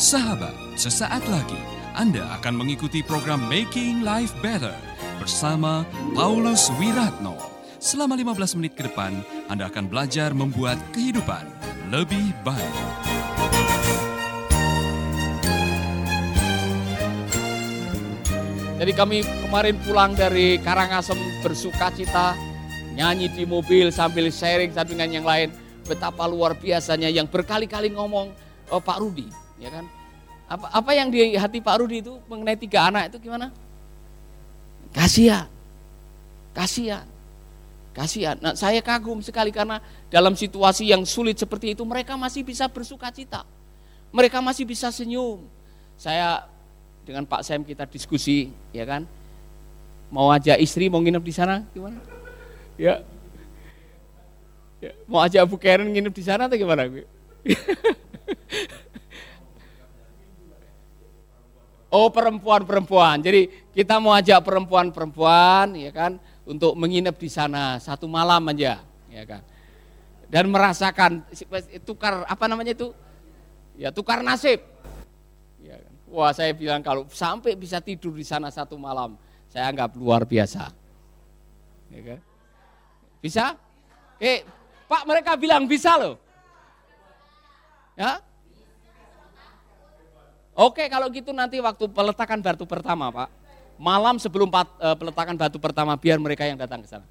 Sahabat, sesaat lagi Anda akan mengikuti program Making Life Better bersama Paulus Wiratno. Selama 15 menit ke depan, Anda akan belajar membuat kehidupan lebih baik. Jadi kami kemarin pulang dari Karangasem bersukacita, nyanyi di mobil sambil sharing satu dengan yang lain. Betapa luar biasanya yang berkali-kali ngomong Pak Rudi, ya kan? Apa yang di hati Pak Rudi itu mengenai 3 anak itu gimana? Kasihan. Nah, saya kagum sekali karena dalam situasi yang sulit seperti itu mereka masih bisa bersukacita. Mereka masih bisa senyum. Saya dengan Pak Sam kita diskusi, ya kan? Mau ajak istri mau nginep di sana gimana? Ya. Mau ajak Bu Karen nginep di sana atau gimana? Oh, perempuan. Jadi kita mau ajak perempuan, ya kan, untuk menginap di sana 1 malam aja, ya kan. Dan merasakan tukar tukar nasib. Ya kan. Wah, saya bilang kalau sampai bisa tidur di sana 1 malam, saya anggap luar biasa. Ya kan? Bisa? Pak, mereka bilang bisa loh. Ya? Oke, kalau gitu nanti waktu peletakan batu pertama, Pak. Malam sebelum peletakan batu pertama, biar mereka yang datang ke sana.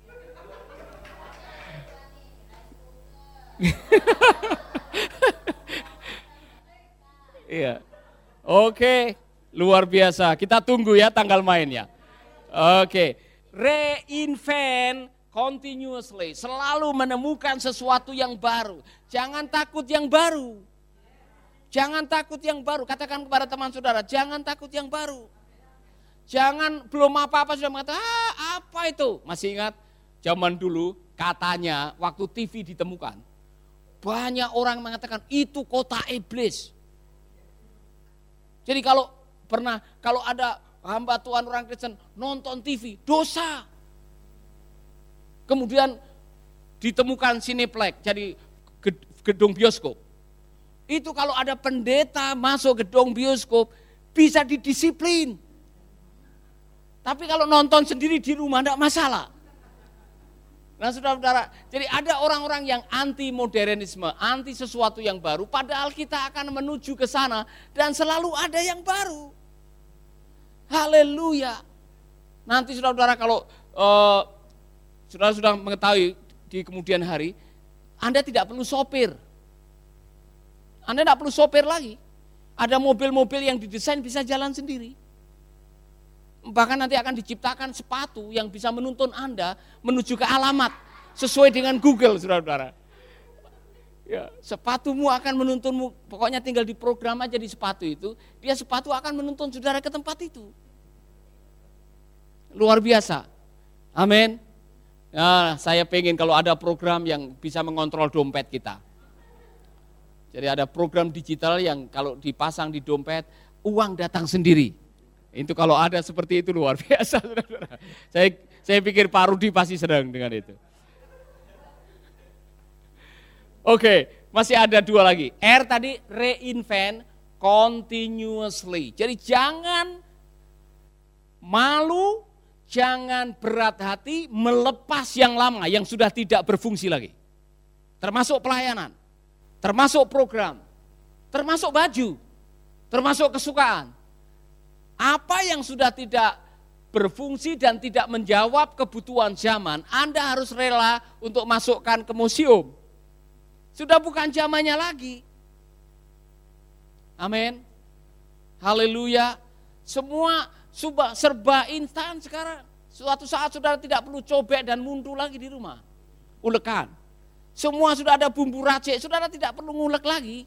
Iya. Oke, luar biasa. Kita tunggu ya tanggal mainnya. Oke. Reinvent continuously. Selalu menemukan sesuatu yang baru. Jangan takut yang baru. Jangan takut yang baru, katakan kepada teman saudara, jangan takut yang baru. Jangan belum apa-apa sudah mengatakan, apa itu? Masih ingat zaman dulu katanya waktu TV ditemukan, banyak orang mengatakan itu kota iblis. Jadi kalau ada hamba Tuhan orang Kristen nonton TV, dosa. Kemudian ditemukan Cineplex, jadi gedung bioskop. Itu kalau ada pendeta masuk gedung bioskop bisa didisiplin. Tapi kalau nonton sendiri di rumah enggak masalah. Nah, saudara-saudara, jadi ada orang-orang yang anti modernisme, anti sesuatu yang baru, padahal kita akan menuju ke sana dan selalu ada yang baru. Haleluya. Nanti saudara-saudara kalau saudara sudah mengetahui di kemudian hari, Anda tidak perlu sopir. Anda tidak perlu sopir lagi. Ada mobil-mobil yang didesain bisa jalan sendiri. Bahkan nanti akan diciptakan sepatu yang bisa menuntun Anda menuju ke alamat sesuai dengan Google, saudara-saudara. Ya, sepatumu akan menuntunmu, pokoknya tinggal diprogram aja di sepatu itu, sepatu akan menuntun saudara ke tempat itu. Luar biasa. Amin. Nah, saya pengen kalau ada program yang bisa mengontrol dompet kita. Jadi ada program digital yang kalau dipasang di dompet, uang datang sendiri. Itu kalau ada seperti itu luar biasa, saudara-saudara. Saya pikir Pak Rudi pasti sedang dengan itu. Oke, masih ada 2 lagi. R tadi reinvent continuously. Jadi jangan malu, jangan berat hati melepas yang lama, yang sudah tidak berfungsi lagi. Termasuk pelayanan. Termasuk program, termasuk baju, termasuk kesukaan. Apa yang sudah tidak berfungsi dan tidak menjawab kebutuhan zaman, Anda harus rela untuk masukkan ke museum. Sudah bukan zamannya lagi. Amin. Haleluya. Semua serba instan sekarang. Suatu saat saudara tidak perlu cobek dan mundur lagi di rumah. Ulekan. Semua sudah ada bumbu racik, saudara tidak perlu ngulek lagi.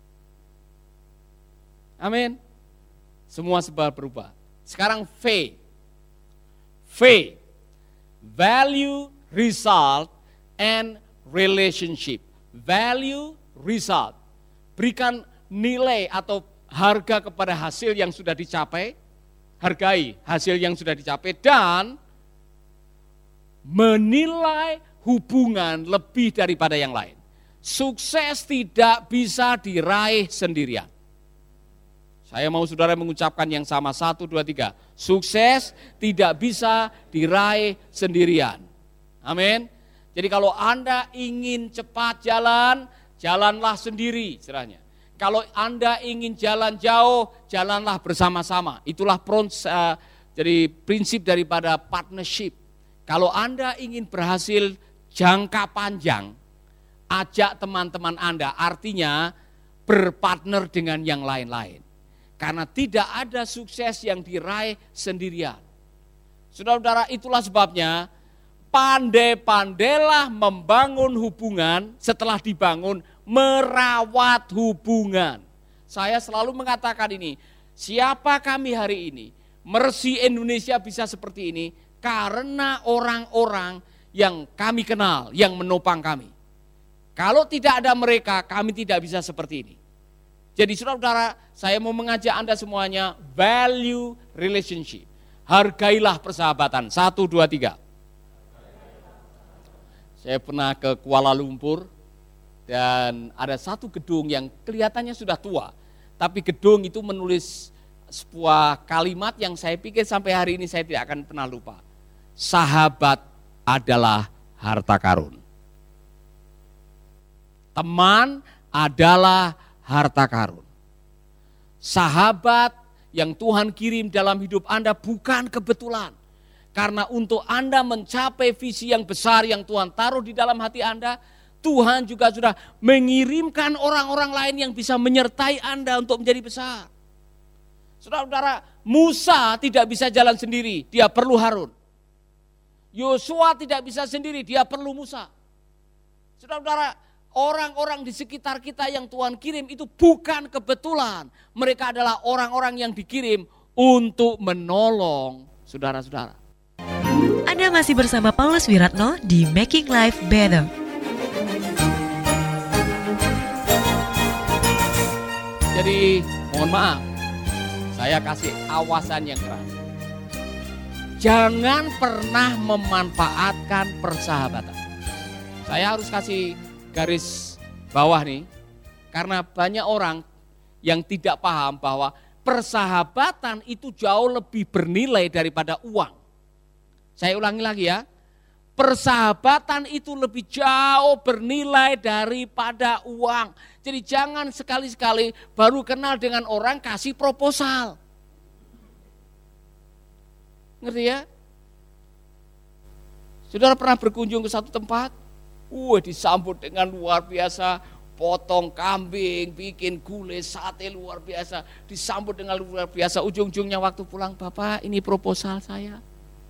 Amin. Semua sebab berubah. Sekarang V. Value, result, and relationship. Value, result. Berikan nilai atau harga kepada hasil yang sudah dicapai. Hargai hasil yang sudah dicapai dan menilai hubungan lebih daripada yang lain. Sukses tidak bisa diraih sendirian. Saya mau saudara mengucapkan yang sama, 1, 2, 3. Sukses tidak bisa diraih sendirian. Amin. Jadi kalau Anda ingin cepat jalan, jalanlah sendiri istilahnya. Kalau Anda ingin jalan jauh, jalanlah bersama-sama. Itulah jadi prinsip daripada partnership. Kalau Anda ingin berhasil jangka panjang, ajak teman-teman Anda, artinya berpartner dengan yang lain-lain. Karena tidak ada sukses yang diraih sendirian. Saudara-saudara, itulah sebabnya pandai-pandailah membangun hubungan, setelah dibangun merawat hubungan. Saya selalu mengatakan ini, siapa kami hari ini? Mercy Indonesia bisa seperti ini karena orang-orang yang kami kenal, yang menopang kami. Kalau tidak ada mereka, kami tidak bisa seperti ini. Jadi saudara-saudara, saya mau mengajak Anda semuanya, value relationship. Hargailah persahabatan. 1, 2, 3. Saya pernah ke Kuala Lumpur dan ada satu gedung yang kelihatannya sudah tua. Tapi gedung itu menulis sebuah kalimat yang saya pikir sampai hari ini saya tidak akan pernah lupa. Sahabat adalah harta karun. Teman adalah harta karun. Sahabat yang Tuhan kirim dalam hidup Anda bukan kebetulan. Karena untuk Anda mencapai visi yang besar yang Tuhan taruh di dalam hati Anda, Tuhan juga sudah mengirimkan orang-orang lain yang bisa menyertai Anda untuk menjadi besar. Saudara-saudara, Musa tidak bisa jalan sendiri, dia perlu Harun. Yosua tidak bisa sendiri, dia perlu Musa. Saudara-saudara, orang-orang di sekitar kita yang Tuhan kirim itu bukan kebetulan. Mereka adalah orang-orang yang dikirim untuk menolong saudara-saudara. Anda masih bersama Paulus Wiratno di Making Life Better. Jadi mohon maaf, saya kasih awasan yang keras. Jangan pernah memanfaatkan persahabatan. Saya harus kasih garis bawah nih, karena banyak orang yang tidak paham bahwa persahabatan itu jauh lebih bernilai daripada uang. Saya ulangi lagi ya, persahabatan itu lebih jauh bernilai daripada uang. Jadi jangan sekali-sekali baru kenal dengan orang kasih proposal. Ngerti ya? Saudara pernah berkunjung ke satu tempat? Disambut dengan luar biasa, potong kambing, bikin gulai, sate luar biasa, disambut dengan luar biasa. Ujung-ujungnya waktu pulang, Bapak ini proposal saya.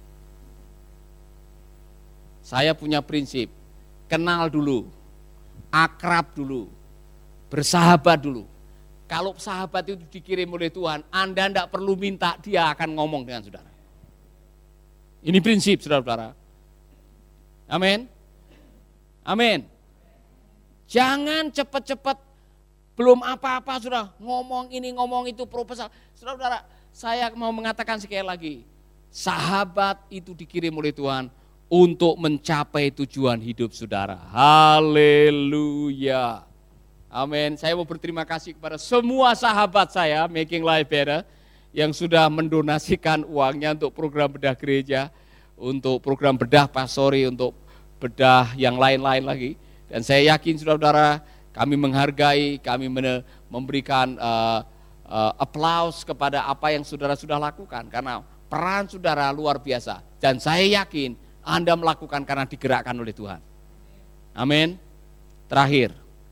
Saya punya prinsip, kenal dulu, akrab dulu, bersahabat dulu. Kalau sahabat itu dikirim oleh Tuhan, Anda tidak perlu minta, dia akan ngomong dengan saudara. Ini prinsip saudara-saudara. Amin. Amin. Jangan cepat-cepat belum apa-apa sudah ngomong ini ngomong itu proposal. Saudara-saudara, saya mau mengatakan sekali lagi, sahabat itu dikirim oleh Tuhan untuk mencapai tujuan hidup saudara. Haleluya. Amin. Saya mau berterima kasih kepada semua sahabat saya Making Life Better yang sudah mendonasikan uangnya untuk program bedah gereja, untuk program bedah pastori, untuk bedah yang lain-lain lagi. Dan saya yakin saudara-saudara, kami menghargai, kami memberikan aplaus kepada apa yang saudara sudah lakukan. Karena peran saudara luar biasa. Dan saya yakin Anda melakukan karena digerakkan oleh Tuhan. Amin. Terakhir,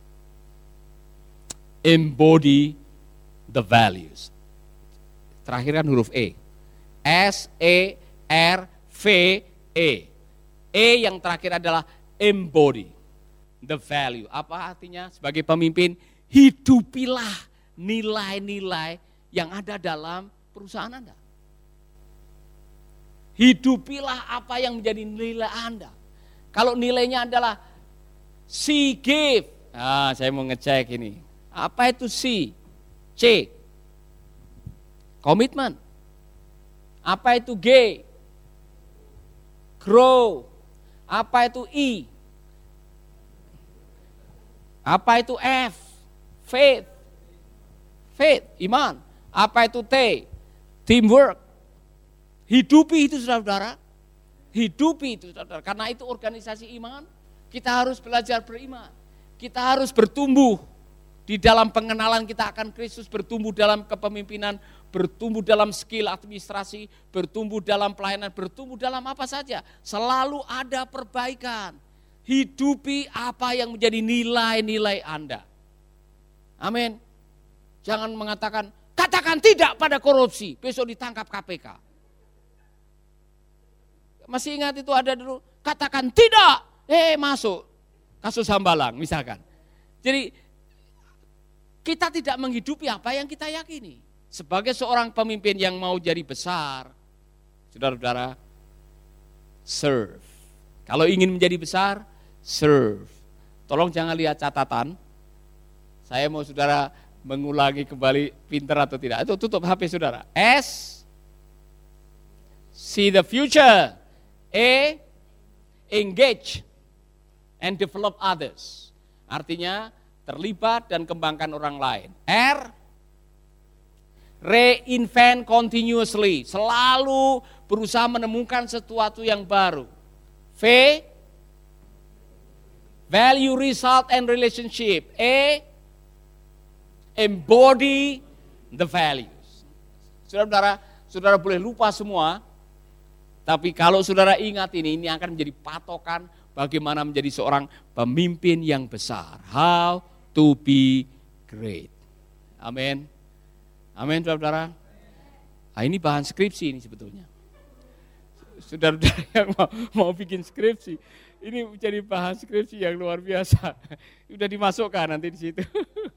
embody the values. Terakhir kan huruf E. S-E-R-V-E. E yang terakhir adalah embody the value. Apa artinya? Sebagai pemimpin, hidupilah nilai-nilai yang ada dalam perusahaan Anda. Hidupilah apa yang menjadi nilai Anda. Kalau nilainya adalah C, give. Saya mau ngecek ini. Apa itu C? C. Komitmen. Apa itu G? Grow. Apa itu I? Apa itu F? Faith. Faith, iman. Apa itu T? Teamwork. Hidupi itu saudara-saudara. Hidupi itu saudara. Karena itu organisasi iman, kita harus belajar beriman. Kita harus bertumbuh di dalam pengenalan kita akan Kristus, bertumbuh dalam kepemimpinan, bertumbuh dalam skill administrasi, bertumbuh dalam pelayanan, bertumbuh dalam apa saja. Selalu ada perbaikan. Hidupi apa yang menjadi nilai-nilai Anda. Amin. Jangan mengatakan, katakan tidak pada korupsi, besok ditangkap KPK. Masih ingat itu ada dulu, katakan tidak, masuk kasus Hambalang misalkan. Jadi kita tidak menghidupi apa yang kita yakini. Sebagai seorang pemimpin yang mau jadi besar, saudara-saudara, serve. Kalau ingin menjadi besar, serve. Tolong jangan lihat catatan. Saya mau saudara mengulangi kembali pintar atau tidak. Itu tutup HP saudara. S, see the future. E, engage and develop others. Artinya terlibat dan kembangkan orang lain. R, reinvent continuously. Selalu berusaha menemukan sesuatu yang baru. V, value, result, and relationship. E, embody the values. Saudara-saudara, saudara boleh lupa semua, tapi kalau saudara ingat ini akan menjadi patokan bagaimana menjadi seorang pemimpin yang besar. How to be great. Amin. Amin, saudara-saudara. Nah, ini bahan skripsi ini sebetulnya. Saudara-saudara yang mau bikin skripsi, ini menjadi bahan skripsi yang luar biasa. Sudah dimasukkan nanti di situ.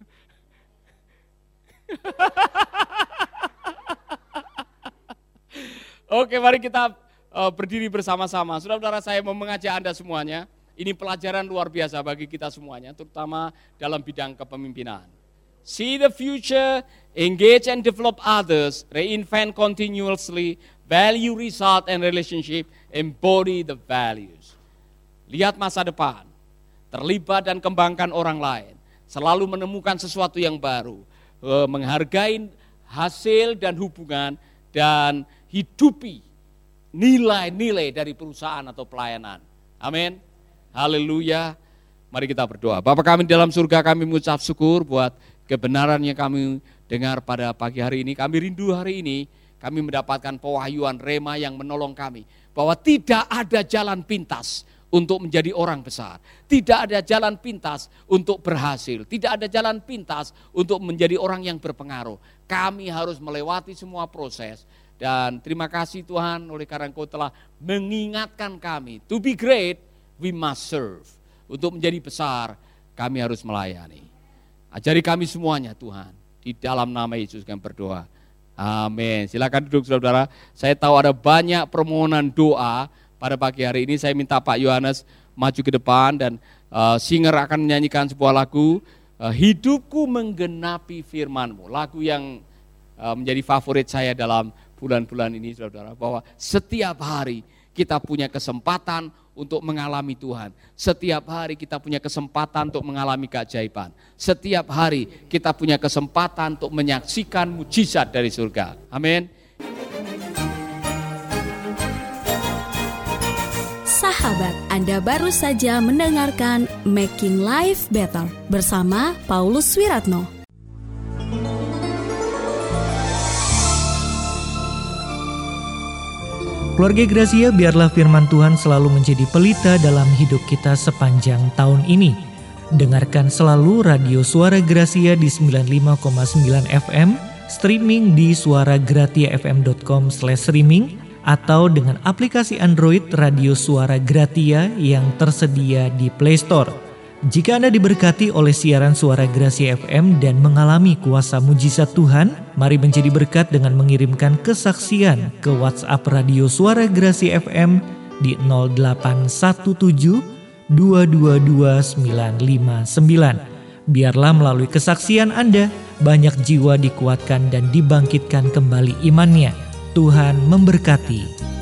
Oke, mari kita berdiri bersama-sama. Saudara-saudara, saya mau mengajak Anda semuanya. Ini pelajaran luar biasa bagi kita semuanya, terutama dalam bidang kepemimpinan. See the future, engage and develop others, reinvent continuously, value, result, and relationship, embody the values. Lihat masa depan, terlibat dan kembangkan orang lain, selalu menemukan sesuatu yang baru, menghargai hasil dan hubungan, dan hidupi nilai-nilai dari perusahaan atau pelayanan. Amin. Haleluya. Mari kita berdoa. Bapa kami di dalam surga, kami mengucap syukur buat kebenaran yang kami dengar pada pagi hari ini. Kami rindu hari ini kami mendapatkan pewahyuan rema yang menolong kami. Bahwa tidak ada jalan pintas untuk menjadi orang besar. Tidak ada jalan pintas untuk berhasil. Tidak ada jalan pintas untuk menjadi orang yang berpengaruh. Kami harus melewati semua proses. Dan terima kasih Tuhan oleh karena Engkau telah mengingatkan kami. To be great, we must serve. Untuk menjadi besar, kami harus melayani. Ajari kami semuanya Tuhan. Di dalam nama Yesus kami berdoa. Amin. Silakan duduk saudara-saudara. Saya tahu ada banyak permohonan doa pada pagi hari ini. Saya minta Pak Yohanes maju ke depan dan singer akan menyanyikan sebuah lagu. Hidupku menggenapi firman-Mu. Lagu yang menjadi favorit saya dalam bulan-bulan ini saudara-saudara. Bahwa setiap hari kita punya kesempatan untuk mengalami Tuhan. Setiap hari kita punya kesempatan untuk mengalami keajaiban. Setiap hari kita punya kesempatan untuk menyaksikan mujizat dari surga. Amin. Sahabat, Anda baru saja mendengarkan Making Life Better bersama Paulus Wiratno. Keluarga Gracia, biarlah firman Tuhan selalu menjadi pelita dalam hidup kita sepanjang tahun ini. Dengarkan selalu radio Suara Gracia di 95,9 FM, streaming di suaragratiafm.com/streaming, atau dengan aplikasi Android Radio Suara Gratia yang tersedia di Play Store. Jika Anda diberkati oleh siaran Suara Gracia FM dan mengalami kuasa mujizat Tuhan, mari menjadi berkat dengan mengirimkan kesaksian ke WhatsApp Radio Suara Gracia FM di 0817 222 959. Biarlah melalui kesaksian Anda, banyak jiwa dikuatkan dan dibangkitkan kembali imannya. Tuhan memberkati.